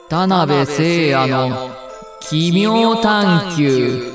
田辺聖也の奇妙探求。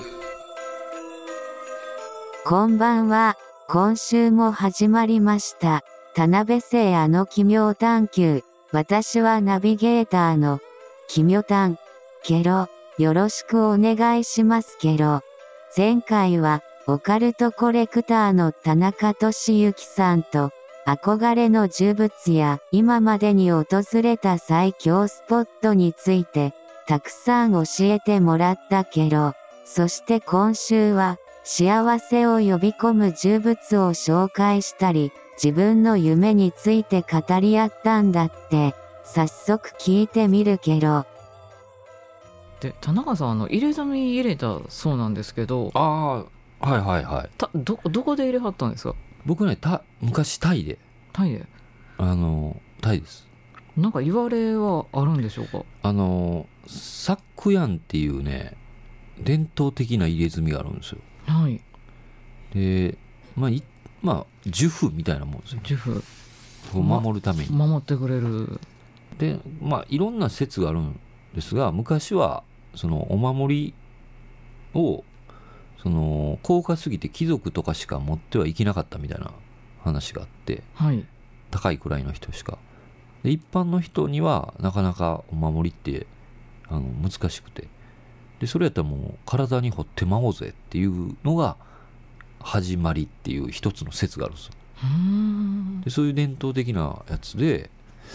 こんばんは。今週も始まりました。田辺聖也の奇妙探求。私はナビゲーターの奇妙探ケロ。よろしくお願いしますケロ。前回はオカルトコレクターの田中俊之さんと憧れの呪物や今までに訪れた最強スポットについてたくさん教えてもらったケロ。そして今週は幸せを呼び込む呪物を紹介したり自分の夢について語り合ったんだって。早速聞いてみるケロ。 で、田中さん入れ墨入れたそうなんですけど、 はいはいはい。 どこで入れはったんですか？ 僕ね、昔タイでタイでタイです。 なんか言われはあるんでしょうか？ サックヤンっていうね伝統的な入れ墨があるんですよ。 はい。 で呪符みたいなもんですよ。 呪符を守るために、 守ってくれる。 でいろんな説があるんですが、昔はそのお守りを高価すぎて貴族とかしか持ってはいけなかったみたいな話があって、 はい。 高い位の人しかで、一般の人にはなかなかお守りって難しくて、でそれやったらもう体に彫ってまおうぜっていうのが始まりっていう一つの説があるんですよ。でそういう伝統的なやつで、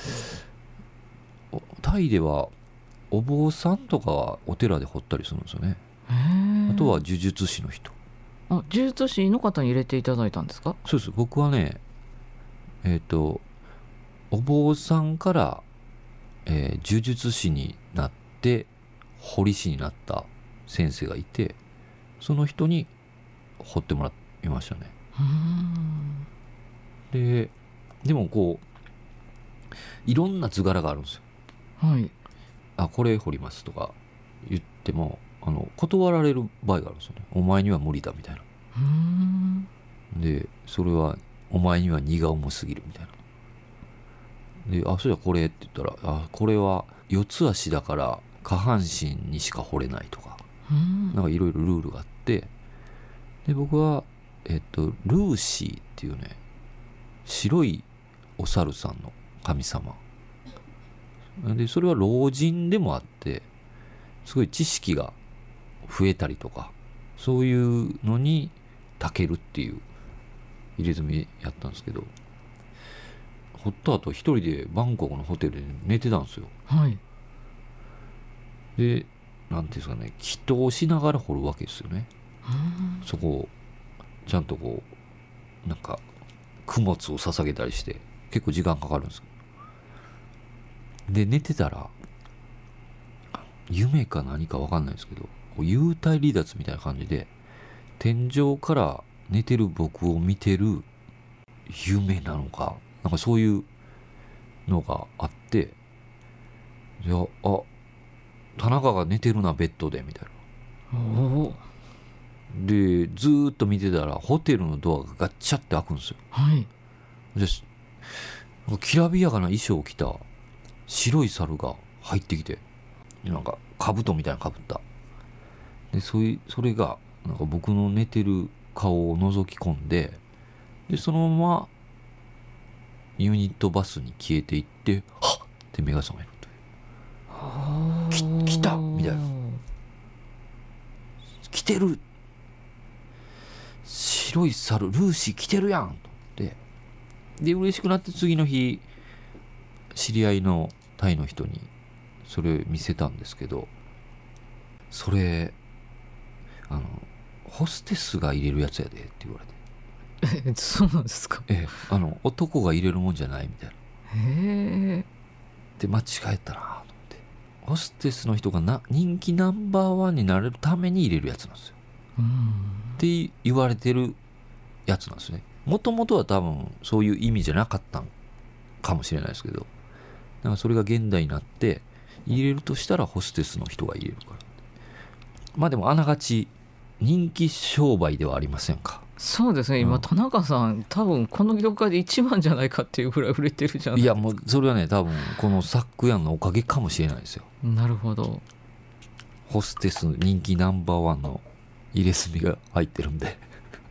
タイではお坊さんとかはお寺で彫ったりするんですよね。あとは呪術師の人。 呪術師の方に入れていただいたんですか？ そうです。僕はねお坊さんから、呪術師になって彫り師になった先生がいて、その人に彫ってもらいましたね。でもいろんな図柄があるんですよ。 はい。 これ彫りますとか言っても断られる場合があるんですよね。お前には無理だみたいな。でそれはお前には荷が重すぎるみたいな。でそれはこれって言ったら、これは四つ足だから下半身にしか彫れないとか、なんかいろいろルールがあって、で僕はルーシーっていうね、白いお猿さんの神様で、それは老人でもあってすごい知識が増えたりとか、そういうのに長けるっていう入れ墨やったんですけど、掘った後一人でバンコクのホテルで寝てたんですよ。 はい。 でなんていうんですかね、祈祷しながら掘るわけですよね。そこをちゃんとなんか供物を捧げたりして結構時間かかるんです。で寝てたら夢か何か分かんないですけど、幽体離脱みたいな感じで天井から寝てる僕を見てる夢なのか、なんかそういうのがあって、田中が寝てるなベッドでみたいな。でずーっと見てたらホテルのドアがガッチャって開くんですよ。 はい。 できらびやかな衣装を着た白い猿が入ってきて、なんか兜みたいなのかぶった。でそれがなんか僕の寝てる顔を覗き込んで、でそのままユニットバスに消えていって、はっって目が覚めるという。来たみたいな。来てる、白い猿ルーシー来てるやんと思って、で嬉しくなって次の日知り合いのタイの人にそれ見せたんですけど、それホステスが入れるやつやでって言われて。 そうなんですか？ 男が入れるもんじゃないみたいな。 へえ。 で間違えたなと思って、ホステスの人が人気ナンバーワンになれるために入れるやつなんですよって言われてるやつなんですね。もともとは多分そういう意味じゃなかったんかもしれないですけど、なんかそれが現代になって入れるとしたらホステスの人が入れるから。でもあながち人気商売ではありませんか。 そうですね、今田中さん多分この業界で一番じゃないかっていうぐらい売れてるじゃないですか。 いやもうそれはね多分このサックヤンのおかげかもしれないですよ。 なるほど。 ホステス人気ナンバーワンの入れ墨が入ってるんで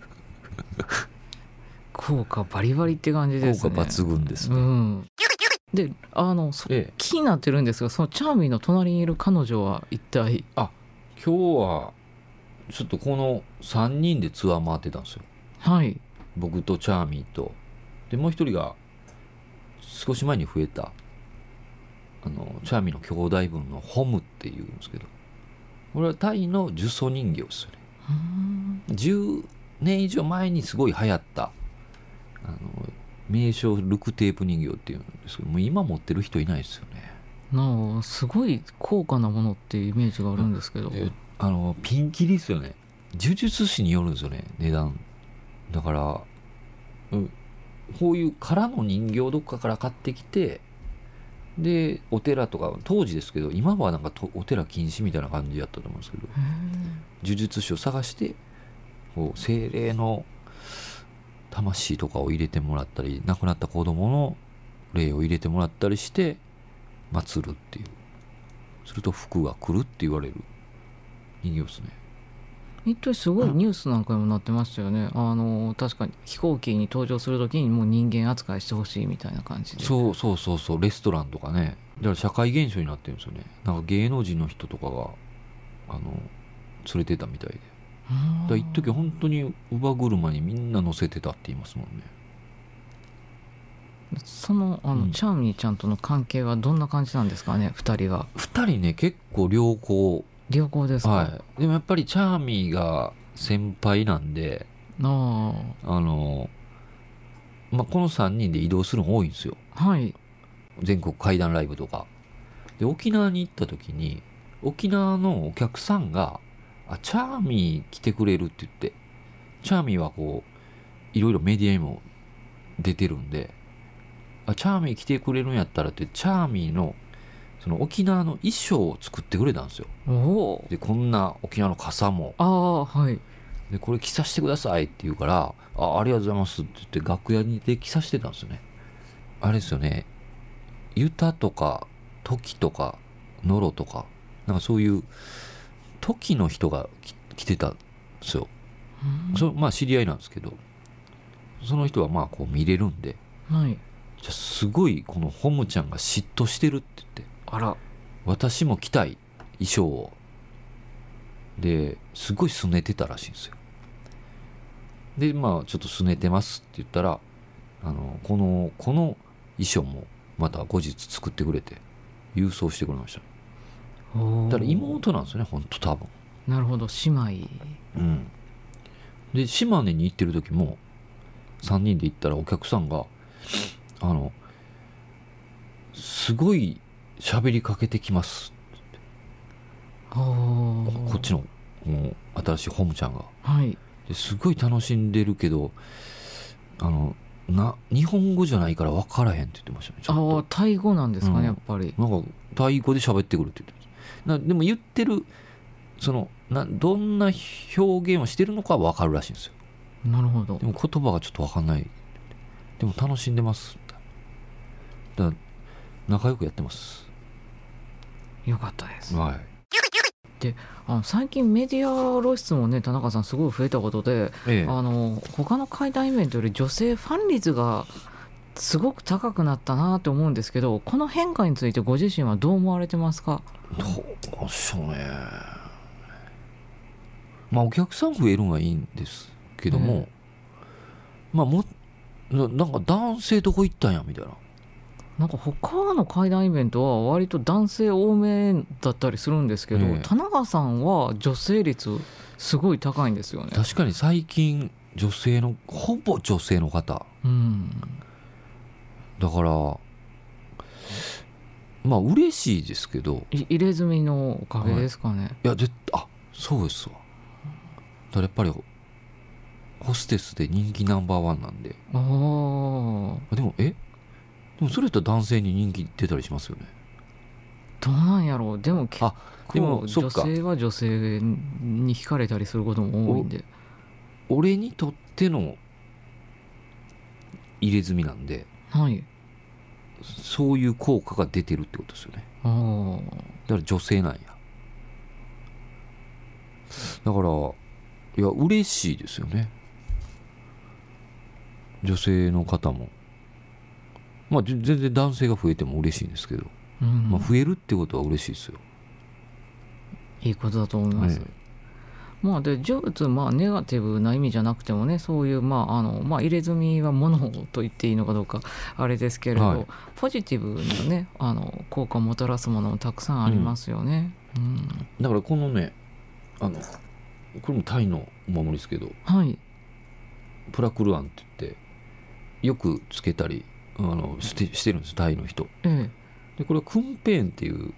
効果バリバリって感じですね。 効果抜群ですね、 で気になってるんですが、そのチャーミーの隣にいる彼女は一体。 今日はちょっとこの3人でツアー回ってたんですよ。 はい。 僕とチャーミーとでもう一人が少し前に増えたチャーミーの兄弟分のホムっていうんですけど、これはタイの呪詛人形ですよね。10年以上前にすごい流行った名称ルクテープ人形っていうんですけど、もう今持ってる人いないですよね。 すごい高価なものっていうイメージがあるんですけど、 ピンキリですよね。呪術師によるんですよね、値段だから。こういう空の人形をどっかから買ってきて、でお寺とか当時ですけど、今はなんかお寺禁止みたいな感じやったと思うんですけど、呪術師を探してこう精霊の魂とかを入れてもらったり、亡くなった子供の霊を入れてもらったりして祀るっていう、すると福が来るって言われる人形ですね。 一体すごいニュースなんかにもなってましたよね。確かに飛行機に登場するときにもう人間扱いしてほしいみたいな感じで。 そうレストランとかね。だから社会現象になってるんですよね。なんか芸能人の人とかが連れてたみたいで、だから一時本当に乳母車にみんな乗せてたって言いますもんね。 そのチャーミーちゃんとの関係はどんな感じなんですかね、2人は。 2人ね結構良好ですか。 はい、でもやっぱりチャーミーが先輩なんで、この3人で移動するの多いんですよ。 はい。 全国怪談ライブとかで沖縄に行った時に、沖縄のお客さんがチャーミー来てくれるって言って、チャーミーはこういろいろメディアにも出てるんで、チャーミー来てくれるんやったらって、チャーミーのその沖縄の衣装を作ってくれたんですよ。でこんな沖縄の傘もはい。 でこれ着させてくださいって言うから、ありがとうございますって言って楽屋にで着させてたんですよね。あれですよね、ユタとかトキとかノロとかなんかそういうトキの人が来てたんですよ。知り合いなんですけど、その人はこう見れるんで、 はい、 じゃすごいこのホムちゃんが嫉妬してるって言って、私も着たい衣装をですごい拗ねてたらしいんですよ。でちょっと拗ねてますって言ったら、この衣装もまた後日作ってくれて郵送してくれましたね。だから妹なんですよね、本当多分。 なるほど、姉妹。 で島根に行ってる時も3人で行ったら、お客さんがすごい喋りかけてきますってこっちの新しいホムちゃんが、ですごい楽しんでるけど日本語じゃないから分からへんって言ってましたね。ちょっとタイ語なんですかね、やっぱり。 なんかタイ語で喋ってくるって言ってました。でも言ってるどんな表現をしてるのかは分かるらしいんですよ。 なるほど。 でも言葉がちょっと分かんない。でも楽しんでますだから仲良くやってます。 よかったです。 はい。 で最近メディア露出もね、田中さんすごい増えたことで、他の怪談イベントより女性ファン率がすごく高くなったなと思うんですけど、この変化についてご自身はどう思われてますか？ どうしようね。お客さん増えるのはいいんですけども、なんか男性どこ行ったんやみたいな。 なんか他の怪談イベントは割と男性多めだったりするんですけど、田中さんは女性率すごい高いんですよね。 確かに最近ほぼ女性の方、だから嬉しいですけど、 入れ墨のおかげですかね。 いやそうですわ。だからやっぱりホステスで人気ナンバーワンなんで。でもそれと男性に人気出たりしますよね。 どうなんやろう。でも結構女性は女性に惹かれたりすることも多いんで。 俺にとっての入れ墨なんで、 はい、 そういう効果が出てるってことですよね。だから女性なんや。だからいや嬉しいですよね、女性の方も。まあ全然男性が増えても嬉しいんですけど、まあ、増えるってことは嬉しいですよ。 いいことだと思います、まあで呪物、まあネガティブな意味じゃなくてもね、そういうまあ入れ墨は物と言っていいのかどうかあれですけれど、ポジティブなね効果をもたらすものもたくさんありますよね、 だからこのねこれもタイのお守りですけど、プラクルアンって言ってよくつけたりしてるんです、タイの人、でこれはクンペーンっていう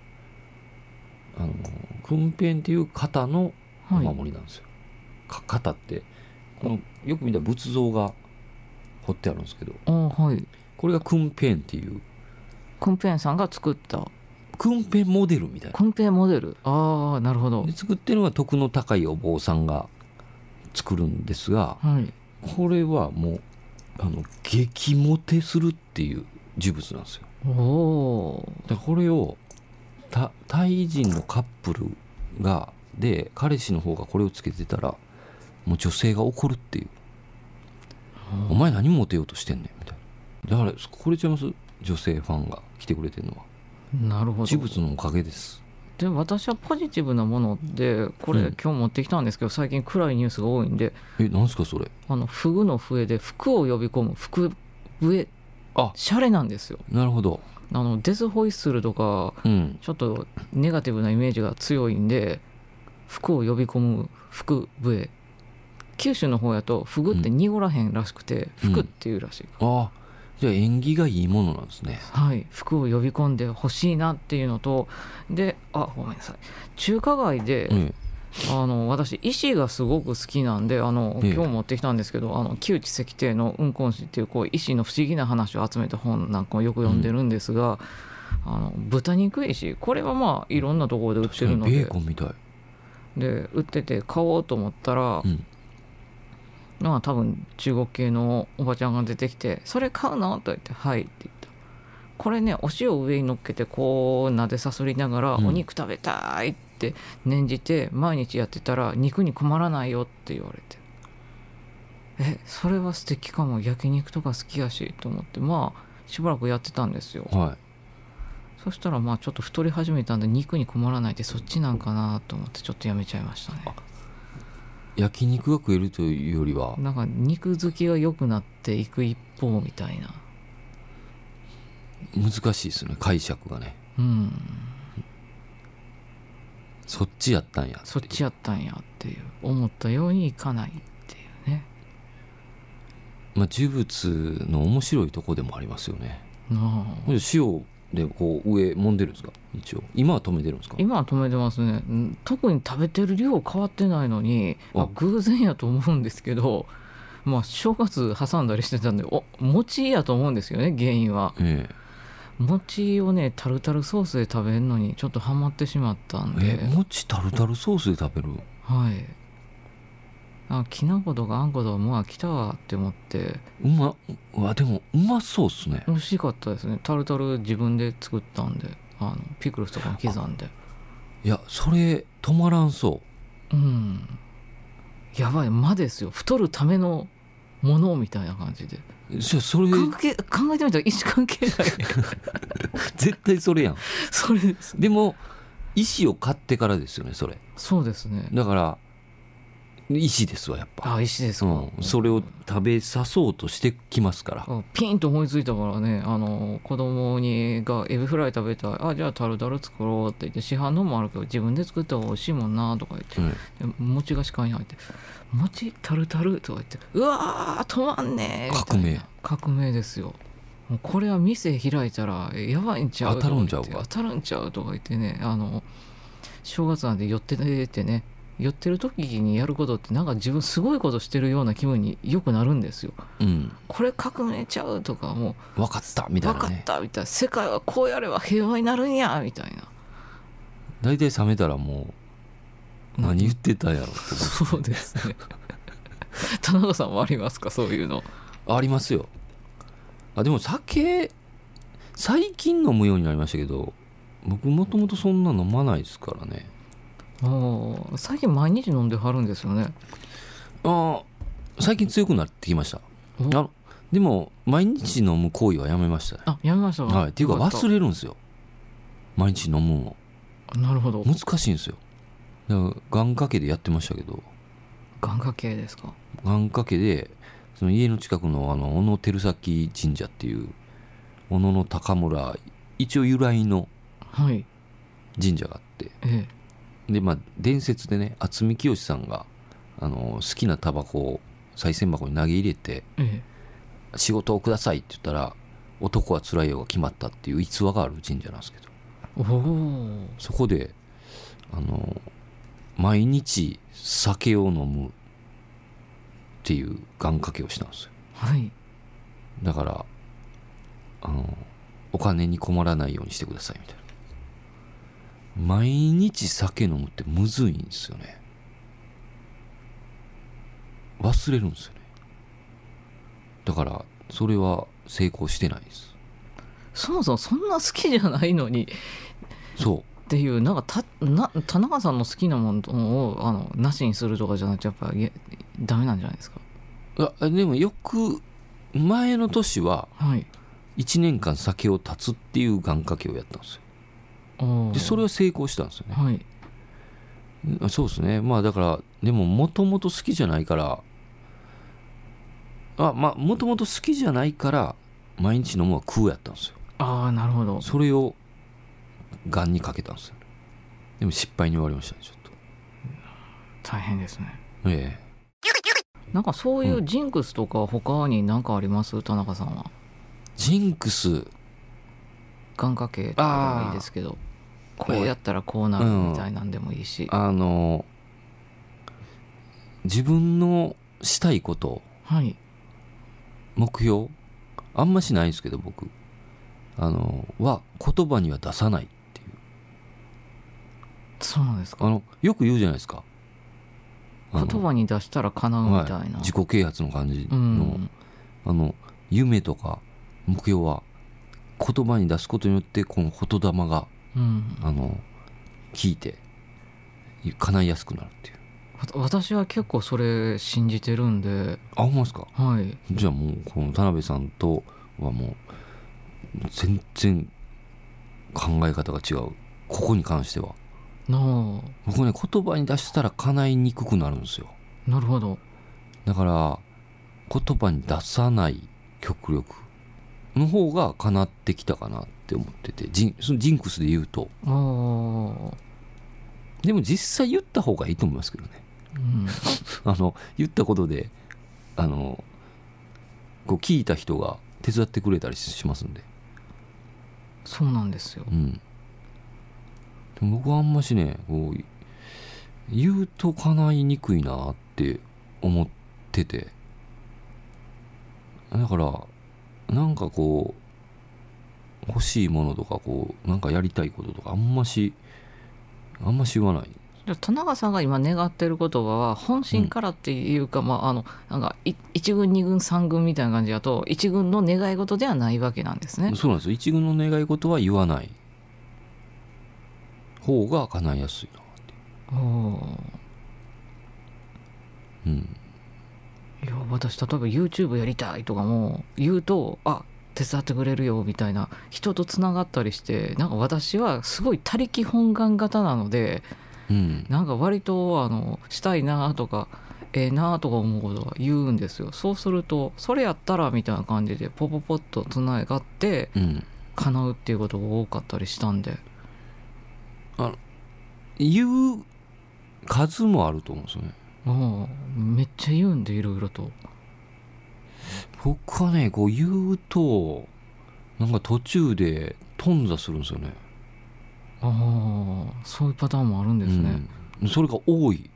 型のお守りなんですよ、型ってこのよく見た仏像が彫ってあるんですけど、これがクンペーンっていう、 クンペーンさんが作ったクンペーンモデルみたいな、 クンペーンモデル、なるほど。 で作ってるのは徳の高いお坊さんが作るんですが、これはもう激モテするっていう呪物なんですよ。でこれをタイ人のカップルで彼氏の方がこれをつけてたらもう女性が怒るっていう、お前何モテようとしてんねんみたいな。だからこれちゃいます、女性ファンが来てくれてるのは。 なるほど、 呪物のおかげです。 で私はポジティブなものでこれ、今日持ってきたんですけど、最近暗いニュースが多いんで。 なんすかそれ。 フグの笛で服を呼び込む福笛、シャレなんですよ。 なるほど。 デスホイッスルとか、ちょっとネガティブなイメージが強いんで、服を呼び込む福笛、九州の方やとフグって濁らへんらしくて、服っていうらしい、 じゃあ縁起がいいものなんですね。 服を呼び込んでほしいなっていうのと、でごめんなさい、中華街で、私石がすごく好きなんで今日持ってきたんですけど、木内石庭の雲根師っていう石の不思議な話を集めた本なんかをよく読んでるんですが、豚肉石、これはまあいろんなところで売ってるので、 ベーコンみたいで売ってて買おうと思ったら、多分中国系のおばちゃんが出てきて、それ買うのと言って、はいって言った。これね、お塩を上に乗っけてこうなでさすりながら、お肉食べたいって念じて毎日やってたら肉に困らないよって言われて、それは素敵かも、焼肉とか好きやしと思って、まあしばらくやってたんですよ、そしたらまあちょっと太り始めたんで、肉に困らないってそっちなんかなと思ってちょっとやめちゃいましたね。 焼肉が食えるというよりはなんか肉好きが良くなっていく一方みたいな。 難しいですね、解釈がね。そっちやったんやっていう、思ったようにいかないっていうね。 呪物の面白いとこでもありますよね。塩でこう上揉んでるんですか。一応今は止めてるんですか。 今は止めてますね。特に食べてる量変わってないのに、偶然やと思うんですけど、正月挟んだりしてたんで、餅やと思うんですよね、原因は。餅をねタルタルソースで食べるのにちょっとハマってしまったんで。 餅タルタルソースで食べる。 きな粉とかあんことかもう来たわって思って。 でもうまそうっすね。 美味しかったですね。タルタル自分で作ったんで、ピクルスとかも刻んで。 いやそれ止まらんそう。 やばい、ですよ、太るためのものみたいな感じで。 それ考えてみたら石関係ない絶対それやん。 それです。 でも石を買ってからですよね、それ。 そうですね。 だから石ですわやっぱ。 石ですか。 それを食べさそうとしてきますから。 ピンと思いついたからね、子供がエビフライ食べたい、じゃあタルタル作ろうって言って、市販のもあるけど自分で作った方が美味しいもんなとか言って、餅が視界に入って、餅タルタルとか言って、うわー止まんねー、革命ですよ。もうこれは店開いたらやばいんちゃう、当たるんちゃうとか言ってね、正月なんで寄っててね、寄ってる時にやることってなんか自分すごいことしてるような気分によくなるんですよ、これ革命ちゃうとか、もう分かったみたいな、 分かったみたいな、世界はこうやれば平和になるんやみたいな。 大体冷めたらもう何言ってたやろってそうですね田中さんはありますか、そういうの。 ありますよ。でも酒最近飲むようになりましたけど、僕もともとそんな飲まないですからね。 最近毎日飲んではるんですよね。 最近強くなってきました。でも毎日飲む行為はやめましたね。 やめました。 はい。っていうか忘れるんですよ、毎日飲むの。 なるほど。 難しいんですよ。だから願掛けでやってましたけど。 願掛けですか。 願掛けでその家の近くの小野照崎神社っていう小野の高村一応由来の神社があって、で伝説でね、渥美清さんが好きなタバコを賽銭箱に投げ入れて、仕事をくださいって言ったら男はつらいよが決まったっていう逸話がある神社なんですけど、そこで毎日酒を飲むっていう願掛けをしたんですよ。だからお金に困らないようにしてくださいみたいな。毎日酒飲むってむずいんですよね。忘れるんですよね。だからそれは成功してないです。 そもそもそんな好きじゃないのにっていう、なんか田中さんの好きなものをなしにするとかじゃなくてやっぱりダメなんじゃないですか。 でもよく前の年は1年間酒を断つっていう願掛けをやったんですよ。でそれは成功したんですよね。そうですね。だからでももともと好きじゃないからもともと好きじゃないから毎日飲むは空やったんですよ。 なるほど。 それを願にかけたんですよ。でも失敗に終わりましたね。ちょっと大変ですね。なんかそういうジンクスとか他に何かあります、田中さんは。 ジンクス、 願掛けとかでもいいですけど、こうやったらこうなるみたいなんでもいいし、 自分のしたいこと、目標あんましないんですけど、僕は言葉には出さないっていう。 そうなんですか。 よく言うじゃないですか、 言葉に出したら叶うみたいな、 自己啓発の感じの、夢とか目標は言葉に出すことによってこの言霊が、聞いて叶いやすくなるっていう。 私は結構それ信じてるんで。 ほんまですか。じゃあもうこの田辺さんとはもう全然考え方が違う。ここに関しては僕ね、言葉に出したら叶いにくくなるんですよ。 なるほど。 だから言葉に出さない極力の方が叶ってきたかなって思ってて、そのジンクスで言うと。でも実際言った方がいいと思いますけどね。言ったことでこう聞いた人が手伝ってくれたりしますんで。 そうなんですよ。 でも僕はあんましね、こう言うと叶いにくいなって思ってて、だからなんかこう欲しいものとかこうなんかやりたいこととかあんまし言わない。 田中さんが今願ってる言葉は本心からっていうか、なんか1軍2軍3軍みたいな感じだと1軍の願い事ではないわけなんですね。 そうなんですよ。1軍の願い事は言わない方が叶いやすいなって。 いや私例えば YouTube やりたいとかも言うと手伝ってくれるよみたいな人とつながったりして、なんか私はすごい他力本願型なので、なんか割としたいなとかなとか思うことは言うんですよ。そうするとそれやったらみたいな感じでポポポッとつながって叶うっていうことが多かったりしたんで、 言う数もあると思うんですよね。 めっちゃ言うんでいろいろと。 僕はねこう言うとなんか途中で頓挫するんですよね。 そういうパターンもあるんですね。 それが多い。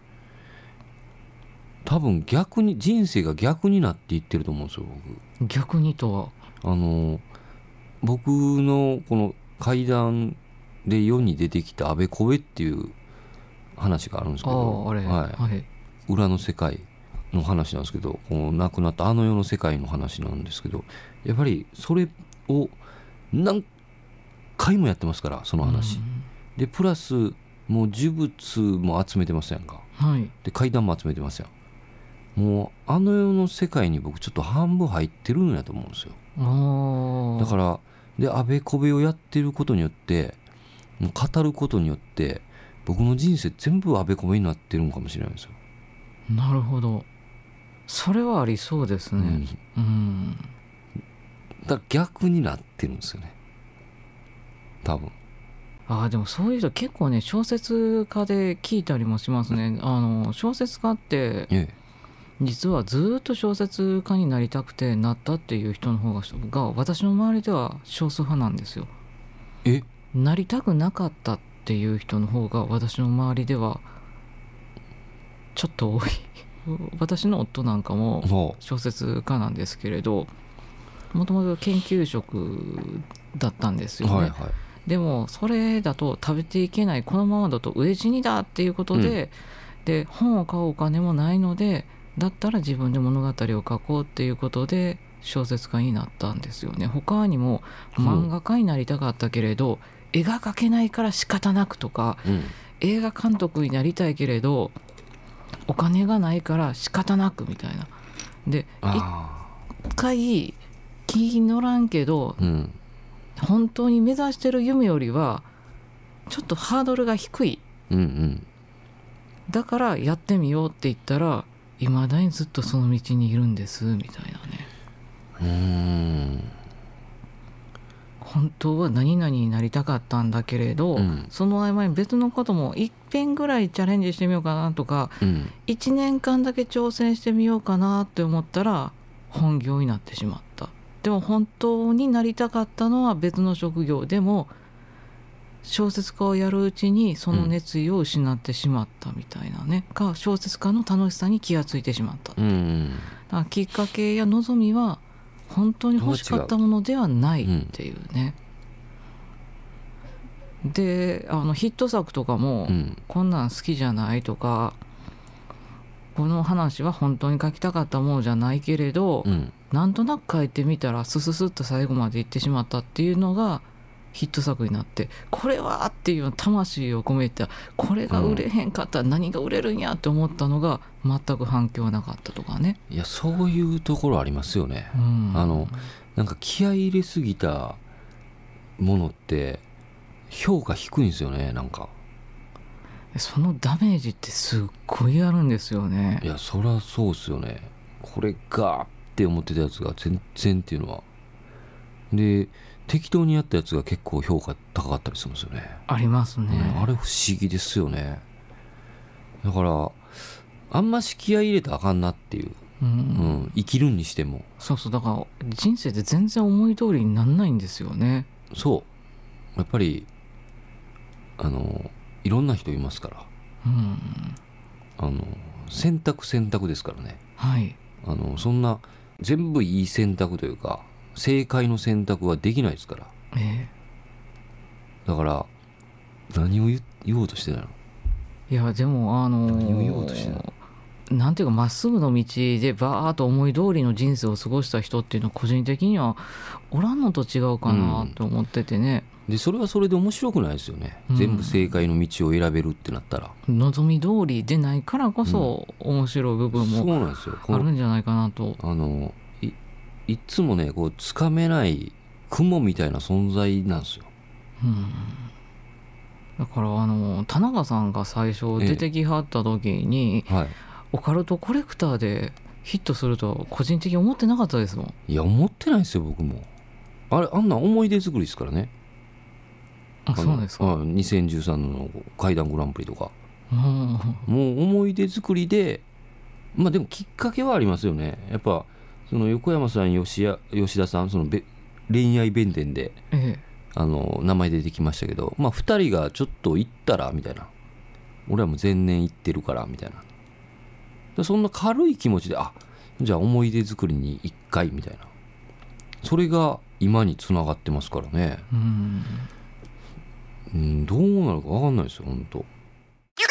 多分逆に人生が逆になっていってると思うんですよ。僕逆にとは僕のこの怪談で世に出てきたあべこべっていう話があるんですけど、裏の世界の話なんですけど、こう亡くなったあの世の世界の話なんですけど、やっぱりそれを何回もやってますから、その話で、プラスもう呪物も集めてますやんか、 はい、 で怪談も集めてますやん。もうあの世の世界に僕ちょっと半分入ってるんやと思うんですよ。だからであべこべをやってることによって、もう語ることによって僕の人生全部あべこべになってるのかもしれないんですよ。 なるほど、それはありそうですね。 だから逆になってるんですよね、多分。 でもそういう人結構ね、小説家で聞いたりもしますね。小説家って実はずっと小説家になりたくてなったっていう人の方が私の周りでは少数派なんですよ。なりたくなかったっていう人の方が私の周りではちょっと多い私の夫なんかも小説家なんですけれど、もともと研究職だったんですよね、はいはい。でもそれだと食べていけない、このままだと飢え死にだっていうことで、で本を買うお金もないので、だったら自分で物語を書こうっていうことで小説家になったんですよね。他にも漫画家になりたかったけれど、絵が描けないから仕方なくとか、映画監督になりたいけれどお金がないから仕方なくみたいな。で一回気に乗らんけど、本当に目指してる夢よりはちょっとハードルが低い、だからやってみようって言ったらいまだにずっとその道にいるんですみたいなね。本当は何々になりたかったんだけれど、その合間に別のことも一遍ぐらいチャレンジしてみようかなとか、1年間だけ挑戦してみようかなって思ったら本業になってしまった。でも本当になりたかったのは別の職業でも、小説家をやるうちにその熱意を失ってしまったみたいなね、か小説家の楽しさに気がついてしまった、だからきっかけや望みは本当に欲しかったものではないっていうね、でヒット作とかも、こんなん好きじゃないとか、この話は本当に書きたかったものじゃないけれど、なんとなく書いてみたらスススッと最後までいってしまったっていうのがヒット作になって、これはっていう魂を込めた、これが売れへんかったら何が売れるんやって思ったのが全く反響なかったとかね。 いや、そういうところありますよね。なんか気合い入れすぎたものって評価低いんですよね。なんかそのダメージってすっごいあるんですよね。 いや、そりゃそうっすよね。これがって思ってたやつが全然っていうのは、で適当にやったやつが結構評価高かったりするんですよね。 ありますね、 あれ不思議ですよね。だからあんまし気合い入れたらあかんなっていう、生きるにしても。 そうだから人生で全然思い通りにならないんですよね。 そうやっぱりいろんな人いますから、選択ですからね。 はい。 そんな全部いい選択というか正解の選択はできないですから、だから何を言おうとしてたの。 いやでも何を言おうとしてたの。 なんていうか、まっすぐの道でバーッと思い通りの人生を過ごした人っていうのは個人的にはおらんのと違うかなと思っててね、 でそれはそれで面白くないですよね、全部正解の道を選べるってなったら。 望み通りでないからこそ面白い部分もあるんじゃないかなと。 いつもね、こうつかめない雲みたいな存在なんですよ。 だから田中さんが最初出てきはった時に、オカルトコレクターでヒットするとは個人的に思ってなかったですもん。 いや、思ってないですよ僕も。あんな思い出作りですからね。 そうですか。 2013の怪談グランプリとか、もう思い出作りで、でもきっかけはありますよね。やっぱその横山さん、吉田さん、その恋愛弁天で、名前出てきましたけど、2人がちょっと行ったらみたいな、俺はもう前年行ってるからみたいな、そんな軽い気持ちで、じゃあ思い出作りに1回みたいな、それが今につながってますからね。どうなるか分かんないですよ本当。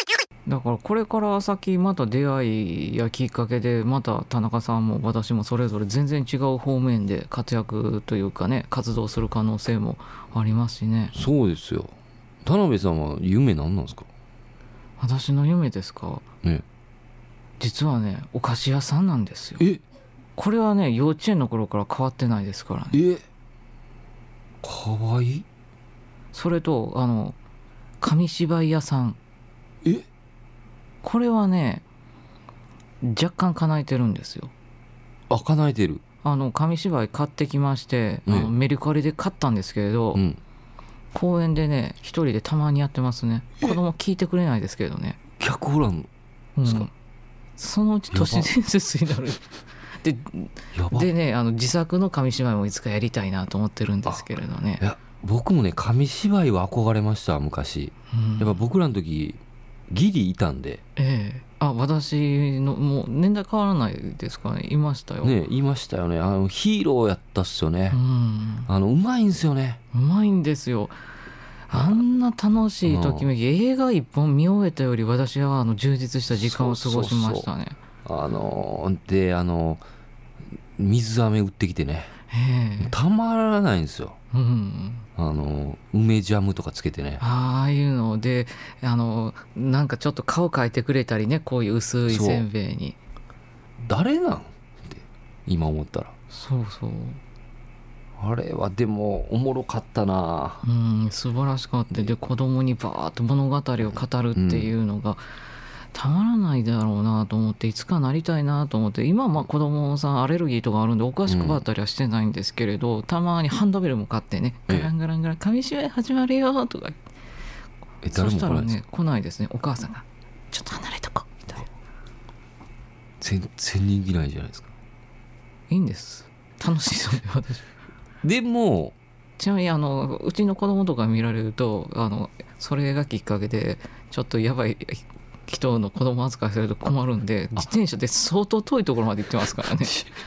だからこれから先また出会いやきっかけでまた田中さんも私もそれぞれ全然違う方面で活躍というかね活動する可能性もありますしね。 そうですよ。田辺さんは夢何なんですか？ 私の夢ですか、 ね、 実はねお菓子屋さんなんですよ。これはね幼稚園の頃から変わってないですからね。 かわいい。 それと紙芝居屋さん、これはね若干叶えてるんですよ。 叶えてる。 紙芝居買ってきまして、メルカリで買ったんですけれど、公園でね一人でたまにやってますね。子供聞いてくれないですけどね。 客おらんですか？ そのうち都市伝説になるでね自作の紙芝居もいつかやりたいなと思ってるんですけれどね。 いや僕もね紙芝居は憧れました昔。やっぱ僕らの時ギリいたんで。 私のもう年代変わらないですかね。いましたよね。いましたよね。ヒーローやったっすよね。うまいんですよね。 うまいんですよ。あんな楽しいときめき、映画一本見終えたより私は充実した時間を過ごしましたね。 で水飴売ってきてね、たまらないんですよ。梅ジャムとかつけてね、 ああいうのでなんかちょっと顔描いてくれたりね、こういう薄いせんべいに。 誰なんって今思ったら。 そうそう、 あれはでもおもろかったな。 素晴らしかった。で子供にバーッと物語を語るっていうのがたまらないだろうなと思って、いつかなりたいなと思って。今はまあ子供さんアレルギーとかあるんでお菓子配ったりはしてないんですけれど、たまにハンドベルも買ってね、ガランガランガラン紙芝居始まるよとか。そしたらね来ないですね。お母さんがちょっと離れとこみたいな。 全然人気ないじゃないですか。 いいんです、楽しいそうで私。 でもちなみにうちの子供とか見られるとそれがきっかけでちょっとやばい人の子供扱いされると困るんで、自転車で相当遠いところまで行ってますからね。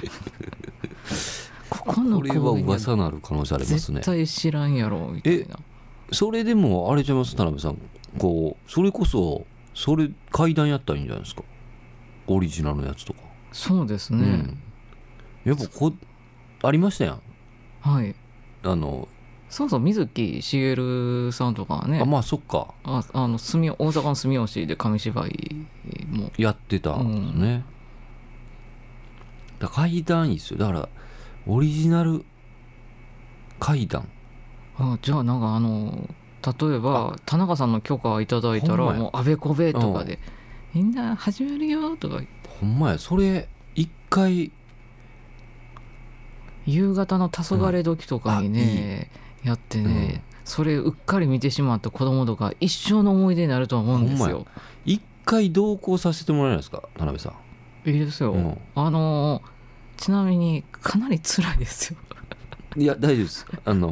このこれは噂なる可能性ありますね。 絶対知らんやろみたいな。 それでもあれちゃいます、田辺さん。それこそ階段やったらいいんじゃないですか、オリジナルのやつとか。 そうですね、 やっぱありましたやん。 はい。そうそう、水木しげるさんとかはね。 まあそっか。 大阪の住吉で紙芝居もやってたんですね。だから階段いいっすよ。だからオリジナル階段。 じゃあなんか例えば田中さんの許可をいただいたらもうあべこべとかで、みんな始めるよとか言って。 ほんまや。それ一回夕方の黄昏時とかにね、やってね、それうっかり見てしまった子供とか一生の思い出になると思うんですよ。 一回同行させてもらえないですか、田辺さん。 いいですよ、ちなみにかなり辛いですよ。 いや大丈夫です。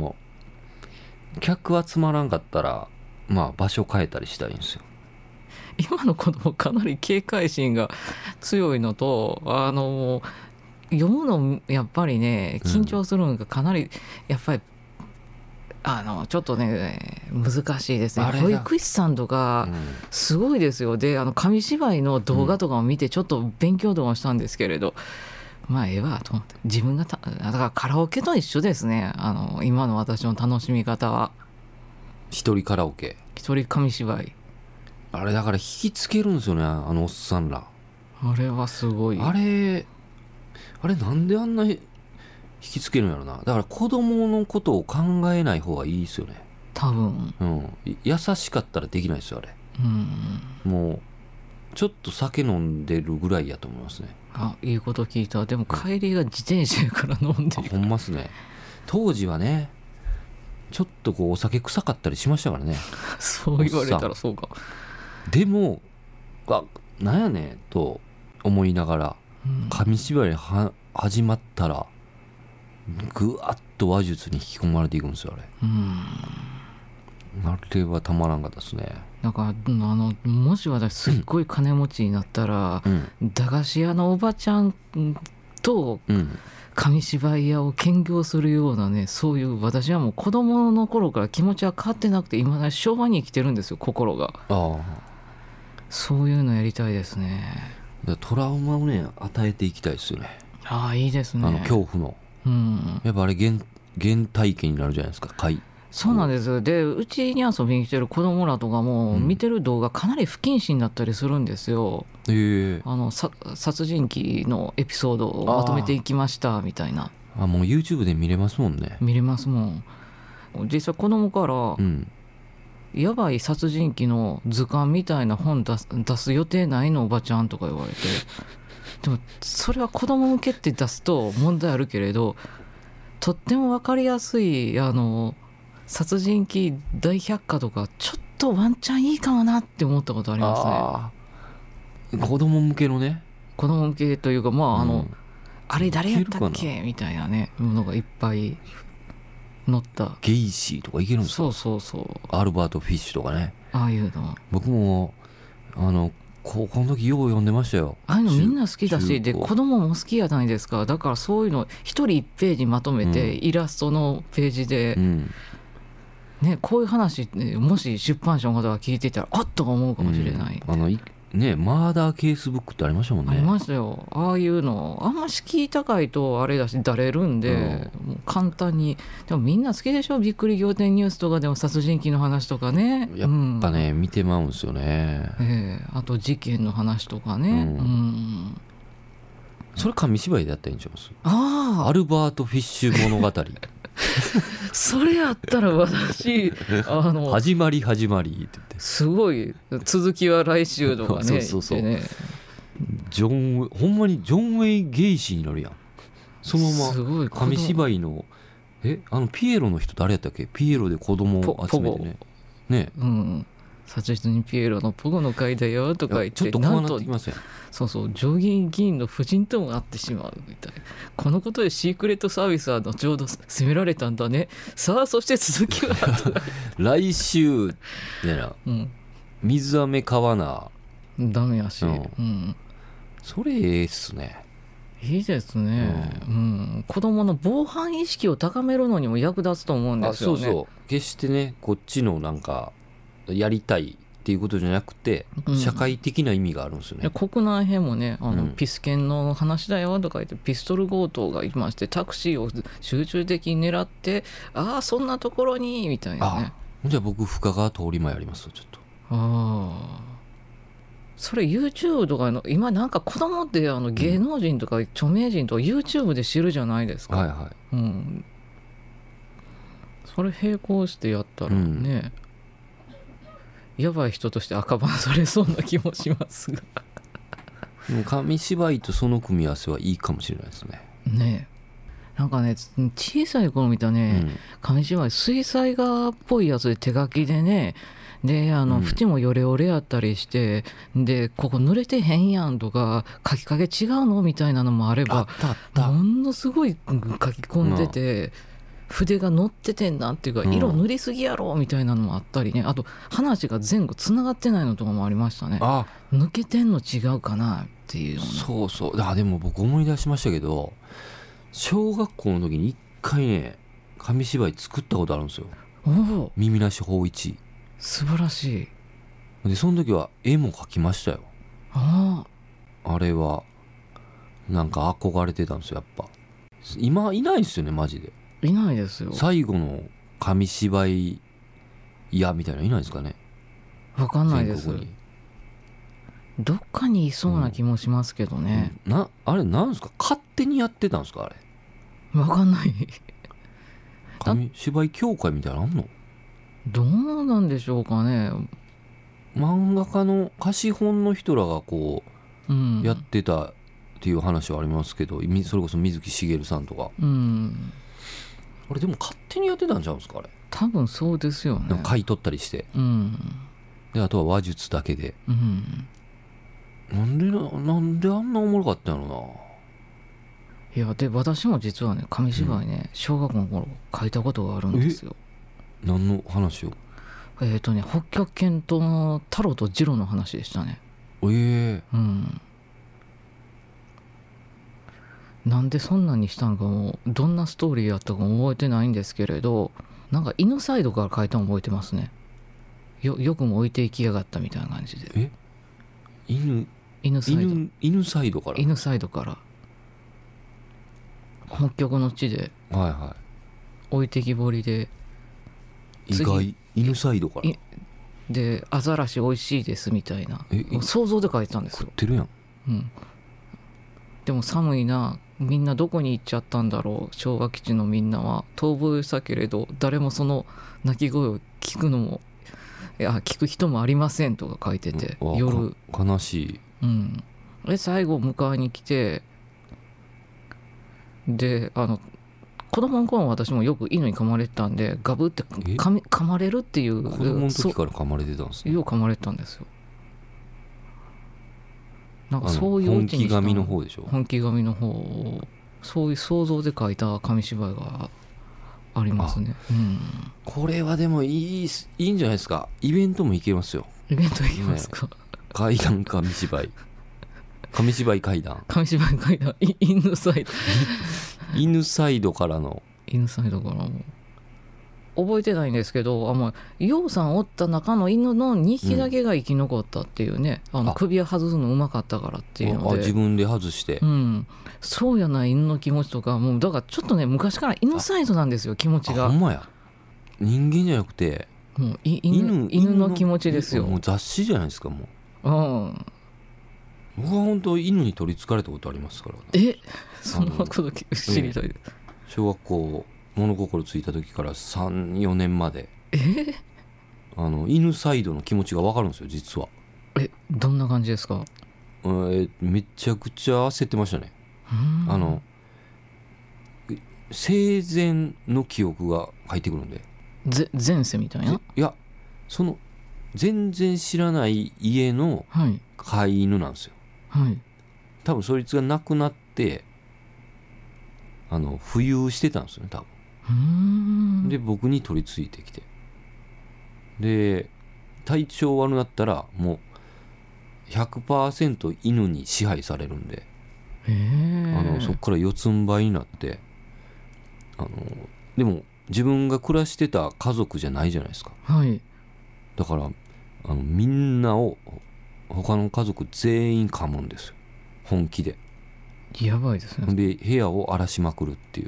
客集まらんかったらまあ場所変えたりしたいんですよ。 今の子供かなり警戒心が強いのと読むのやっぱりね緊張するのがかなりやっぱりちょっとね難しいですね。保育士さんとかすごいですよ。で紙芝居の動画とかを見てちょっと勉強とかしたんですけれど、まあええわと思って。自分がだからカラオケと一緒ですね。今の私の楽しみ方は一人カラオケ、 一人紙芝居。 あれだから引きつけるんですよね、おっさんら。あれはすごい。 あれなんであんな引きつけるんやろな。だから子供のことを考えない方がいいですよね、 多分。 優しかったらできないですよあれ。もうちょっと酒飲んでるぐらいやと思いますね。 いいこと聞いた。でも帰りが自転車やから飲んでる。 ほんまっすね。当時はねちょっとお酒臭かったりしましたからね。 そう言われたらそうか。 でもなんやねんと思いながら、紙芝居始まったらぐわっと話術に引き込まれていくんですよあれ。あれはたまらんかったですね。 だからもし私すっごい金持ちになったら、駄菓子屋のおばちゃんと紙芝居屋を兼業するようなね、そういう私はもう子供の頃から気持ちは変わってなくて、今だに昭和に生きてるんですよ心が。 そういうのやりたいですね。 トラウマをね与えていきたいですよね。 ああいいですね。 恐怖の、うん、やっぱあれ原体験になるじゃないですか。 そうなんです。でうちに遊びに来てる子供らとかも、見てる動画かなり不謹慎だったりするんですよ。殺人鬼のエピソードをまとめていきましたみたいな。 もう YouTube で見れますもんね。 見れますもん。実際子供から、やばい殺人鬼の図鑑みたいな本出す予定ないのおばちゃんとか言われて、でもそれは子供向けって出すと問題あるけれど、とっても分かりやすい殺人鬼大百科とかちょっとワンチャンいいかもなって思ったことありますね。 子供向けのね。 子供向けというかあれ誰やったっけみたいなねものがいっぱい載った。 ゲイシーとかいけるんですか。 そうアルバート・フィッシュとかね。 ああいうの僕も高校の時よう読んでましたよ。 ああいうのみんな好きだし、で子供も好きやないですか。だからそういうの一人1ページまとめて、イラストのページで、ね、こういう話もし出版社の方が聞いていたらあっとか思うかもしれない、 ね、マーダーケースブックってありましたもんね。 ありましたよ。ああいうのあんま敷居高いとあれだしだれるんで、もう簡単に。でもみんな好きでしょ。びっくり仰天ニュースとかでも殺人鬼の話とかね、 やっぱね、見てまうんですよね。 あと事件の話とかね、 それ紙芝居でやったらいいんちゃいます。アルバート・フィッシュ物語それやったら私始まりって言ってすごい続きは来週とかねそうね、ほんまにジョン・ウェイ・ゲイシーになるやん。そのまま紙芝居のピエロの人誰やったっけ。ピエロで子供を集めてね殺人ピエロのポゴの会だよとか言って、 ちょっと怖なってきません。 そう上院議員の夫人とも会ってしまうみたいな。このことでシークレットサービスは後ほど責められたんだね。さあそして続きは来週ねな、水飴買わなダメやし、 それええっすね。 いいですね、子供の防犯意識を高めるのにも役立つと思うんですよね。 そう決してねこっちのなんかやりたいっていうことじゃなくて、社会的な意味があるんですよね。 国内編もねピスケンの話だよとか言ってピストル強盗がいましてタクシーを集中的に狙ってそんなところにみたいなね。 じゃあ僕深川通り前やりますちょっと。 それ YouTube とか今なんか子供って芸能人とか著名人とか YouTube で知るじゃないですか。それ並行してやったらね、やばい人として赤バンされそうな気もしますが紙芝居とその組み合わせはいいかもしれないですね。 なんかね小さい頃見たね、紙芝居水彩画っぽいやつで手書きでね、で縁もヨレヨレやったりして、でここ濡れてへんやんとか書き影違うのみたいなのもあれば、ものすごい書き込んでて、筆が乗っててんなっていうか、色塗りすぎやろみたいなのもあったりね。あと話が前後つながってないのとかもありましたね。抜けてんの違うかなっていう。 でも僕思い出しましたけど、小学校の時に一回ね紙芝居作ったことあるんですよ。耳なし芳一。 素晴らしい。でその時は絵も描きましたよ。あれはなんか憧れてたんですよ。やっぱ今いないですよねマジで。 いないですよ。 最後の紙芝居屋みたいなのいないですかね。 分かんないです。どっかにいそうな気もしますけどね。 あれなんですか。勝手にやってたんですかあれ。 分かんない。 紙芝居協会みたいなのあんの。 どうなんでしょうかね。 漫画家の貸本の人らがこう、やってたっていう話はありますけど、それこそ水木しげるさんとか、あれでも勝手にやってたんちゃうんですかあれ。 多分そうですよね。 買い取ったりして、であとは話術だけで、なんであんなおもろかったんやろな。 いやで私も実はね紙芝居ね、小学校の頃書いたことがあるんですよ。 何の話を。 北極圏との太郎と次郎の話でしたね。なんでそんなにしたんかもどんなストーリーやったかも覚えてないんですけれど、なんか犬サイドから書いたの覚えてますね。よくも置いていきやがったみたいな感じで。 犬サイドから犬サイドから北極の地ではいは置いてきぼりでい意外犬サイドからでアザラシ美味しいですみたいな想像で書いてたんですよ。 食ってるやん、 うん、でも寒いなみんなどこに行っちゃったんだろう昭和基地のみんなは逃亡したけれど誰もその鳴き声を聞くのも聞く人もありませんとか書いてて夜悲しい、 うん、で最後迎えに来てで子供の頃私もよく犬に噛まれてたんでガブって噛まれるっていう子供の時から噛まれてたんですね。 よう噛まれてたんですよ。なんかそういう本気紙の方でしょ。 本気紙の方そういう想像で書いた紙芝居がありますね、うん、 これはでもいいんじゃないですか。イベントも行けますよ。 イベント行けますか、ね、 怪談紙芝居紙芝居怪談紙芝居怪談犬サイド犬サイドからの犬サイドからも覚えてないんですけどヨウさんおった中の犬の2匹だけが生き残ったっていうね、首を外すのうまかったからっていうので自分で外して、 うん、そうやな犬の気持ちとかもうだからちょっとね昔から犬サイドなんですよ気持ちが。 ほんまや人間じゃなくてもう犬の気持ちですよ。 もう雑誌じゃないですかもう、 うん、 僕は本当犬に取りつかれたことありますから。 そんなこと知りたい。 小学校物心ついた時から3、4年まで犬サイドの気持ちが分かるんですよ実は。 どんな感じですか？ めちゃくちゃ焦ってましたね。生前の記憶が入ってくるんで前世みたいな。 いやその全然知らない家の飼い犬なんですよ、はい、多分そいつが亡くなって浮遊してたんですよね多分。で僕に取り付いてきてで体調悪くなったらもう 100% 犬に支配されるんでそこから四つん這いになってでも自分が暮らしてた家族じゃないじゃないですか、はい、だからみんなを他の家族全員噛むんですよ本気で。 やばいですね。 で部屋を荒らしまくるっていう。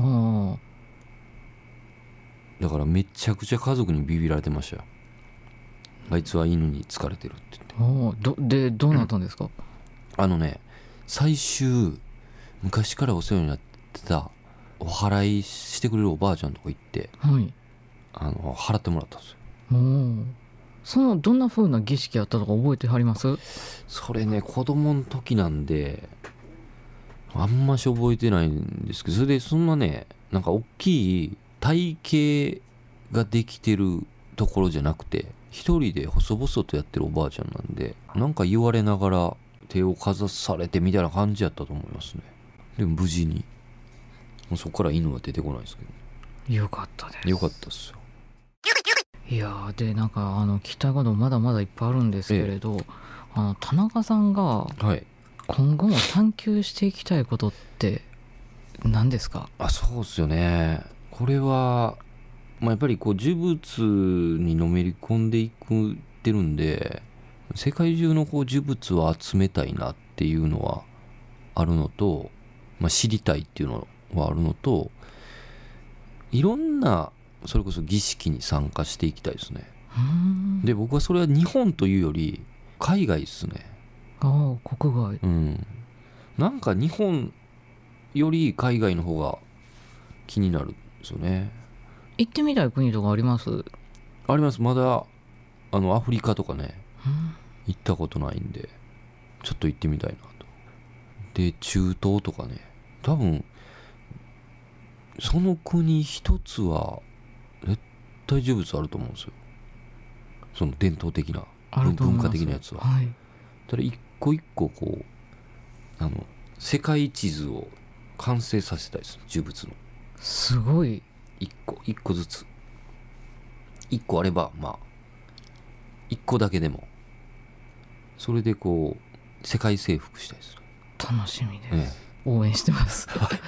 だからめちゃくちゃ家族にビビられてましたよ。あいつは犬に疲れてるって言って。 でどうなったんですか？ 最終昔からお世話になってたお祓いしてくれるおばあちゃんとこ行って、はい、払ってもらったんですよ。どんな風な儀式やったとか覚えてはります？ それね子供の時なんであんまし覚えてないんですけど、それでそんなねなんか大きい体型ができてるところじゃなくて一人で細々とやってるおばあちゃんなんでなんか言われながら手をかざされてみたいな感じやったと思いますね。でも無事にそこから犬は出てこないですけど。 よかったです。 よかったですよ。 いやでなんか聞きたいことまだまだいっぱいあるんですけれど、田中さんが今後も探求していきたいことって何ですか？ そうですよね。これは、やっぱりこう呪物にのめり込んでいくってるんで世界中のこう呪物を集めたいなっていうのはあるのと、知りたいっていうのはあるのと、いろんなそれこそ儀式に参加していきたいですね。で僕はそれは日本というより海外ですね。 国外。 なんか日本より海外の方が気になるんですよね。 行ってみたい国とかあります？ あります。まだアフリカとかね、行ったことないんでちょっと行ってみたいなと。で中東とかね、多分その国一つは絶対呪物あると思うんですよ。その伝統的な文化的なやつは、はい、ただ一個一個こう世界地図を完成させたいです。呪物のすごい一個ずつ一個あれば一個だけでもそれでこう世界征服したいです。 楽しみです、応援してます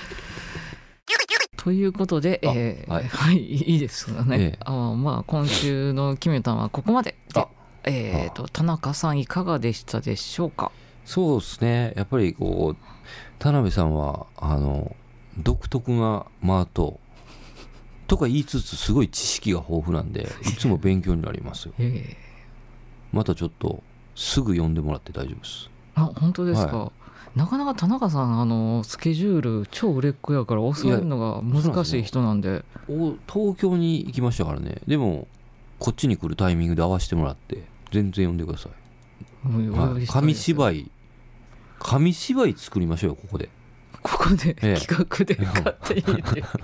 ということで、はい、いいですかね、今週のキミュタンはここまでで田中さんいかがでしたでしょうか。 そうですね、やっぱりこう田辺さんは独特な間とか言いつつすごい知識が豊富なんでいつも勉強になりますよ。またちょっとすぐ読んでもらって大丈夫です。 あ、本当ですか。なかなか田中さんスケジュール超売れっ子やから抑えるのが難しい人なんで。 東京に行きましたからね。でもこっちに来るタイミングで合わせてもらって全然読んでください。紙芝居作りましょうよ、ここで企画で勝手に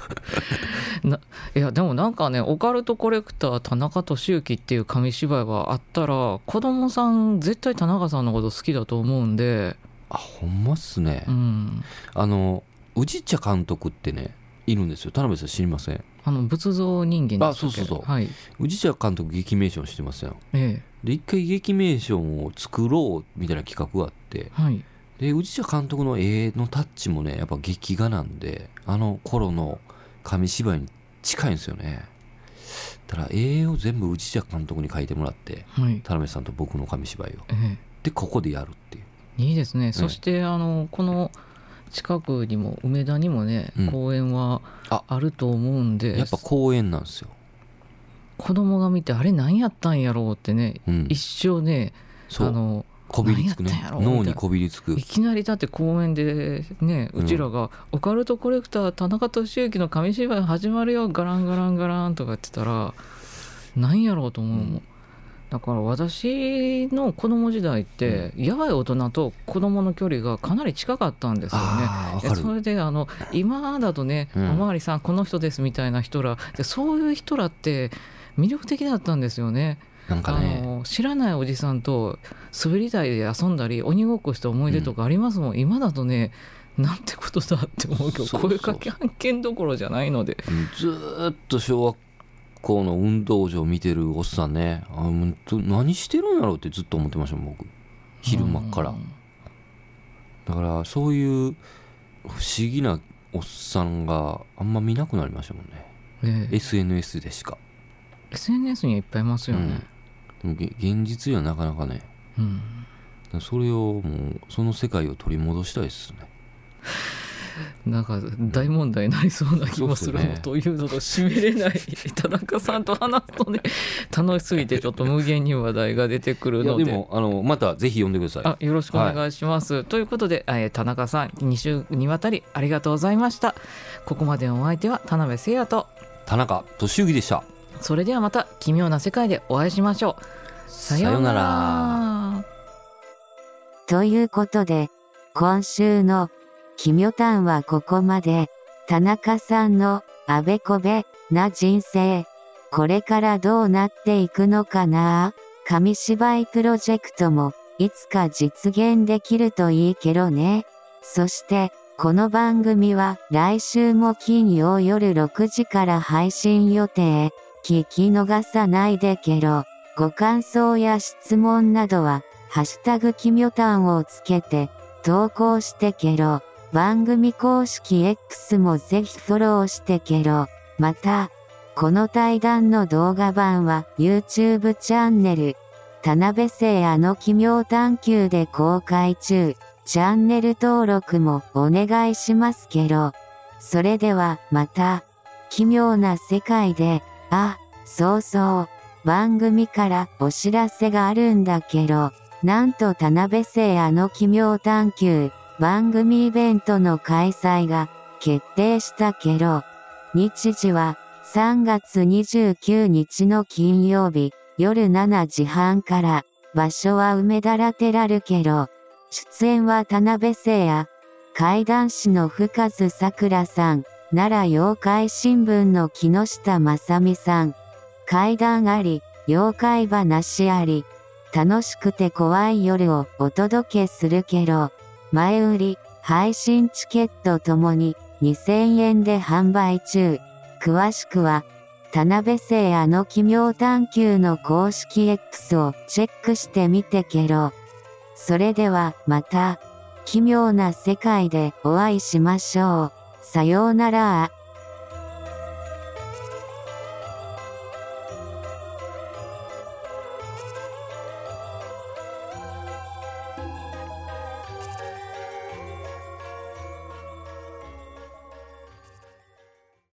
いやでもなんかね、オカルトコレクター田中俊之っていう紙芝居があったら子供さん絶対田中さんのこと好きだと思うんで。 あ、ほんまっすね。宇治茶監督ってねいるんですよ。田辺さん知りません？ 仏像人間ですっけ。 そう、はい、宇治茶監督劇名ションしてますよ。で一回劇名ションを作ろうみたいな企画があって、はい、で宇治茶監督の絵のタッチもねやっぱ劇画なんで頃の紙芝居に近いんですよね。だから絵を全部宇治茶監督に描いてもらって、はい、田辺さんと僕の紙芝居を、でここでやるっていう。 いいですね。そしてこの近くにも梅田にもね、公園はあると思うんで、 やっぱ公園なんですよ。 子供が見てあれ何やったんやろうってね、一生ねこびりつくね、脳にこびりつく。 いきなりだって公園でね、うちらがオカルトコレクター田中俊之の紙芝居始まるよガランガランガランとか言ってたら何やろうと思うもん。だから私の子供時代って、やばい大人と子供の距離がかなり近かったんですよね。それで今だとね、おまわりさんこの人ですみたいな人らで、そういう人らって魅力的だったんですよね。なんかね、知らないおじさんと滑り台で遊んだり鬼ごっこした思い出とかありますもん。今だとね、なんてことだって思うけど、声かけ案件どころじゃないので。 ずっと小学校の運動場見てるおっさんね、何してるんやろうってずっと思ってましたもん、僕昼間っから。だからそういう不思議なおっさんがあんま見なくなりましたもんね、SNS でしか。 SNS にはいっぱいいますよね、 でも現実にはなかなかね、それをもうその世界を取り戻したいですね。 なんか大問題になりそうな気もするの、というのと締めれない田中さんと話すとね楽しすぎてちょっと無限に話題が出てくるので。 でもまたぜひ読んでください。 よろしくお願いします、ということで、田中さん2週にわたりありがとうございました。ここまでのお相手は田辺誠也と田中俊之でした。 それではまた奇妙な世界でお会いしましょう。さようなら。 ということで今週の奇妙談はここまで。田中さんのあべこべな人生、これからどうなっていくのかな。紙芝居プロジェクトもいつか実現できるといいけどね。そしてこの番組は来週も金曜夜6時から配信予定。聞き逃さないでけろ。ご感想や質問などはハッシュタグ奇妙談をつけて投稿してけろ。番組公式 X もぜひフォローしてけろ。また、この対談の動画版は YouTube チャンネル、田辺誠也の奇妙探求で公開中。チャンネル登録もお願いしますけろ。それではまた、奇妙な世界で、そうそう、番組からお知らせがあるんだけど、なんと田辺誠也の奇妙探求、番組イベントの開催が決定したけど、日時は3月29日の金曜日夜7時半から、場所は梅田ラテラルけど、出演は田辺誠也、怪談師の深津さくらさん、奈良妖怪新聞の木下正美さん、怪談あり、妖怪話あり、楽しくて怖い夜をお届けするけど、前売り、配信チケットともに2000円で販売中。詳しくは、田辺誠也の奇妙探求の公式 X をチェックしてみてけろ。それではまた、奇妙な世界でお会いしましょう。さようなら。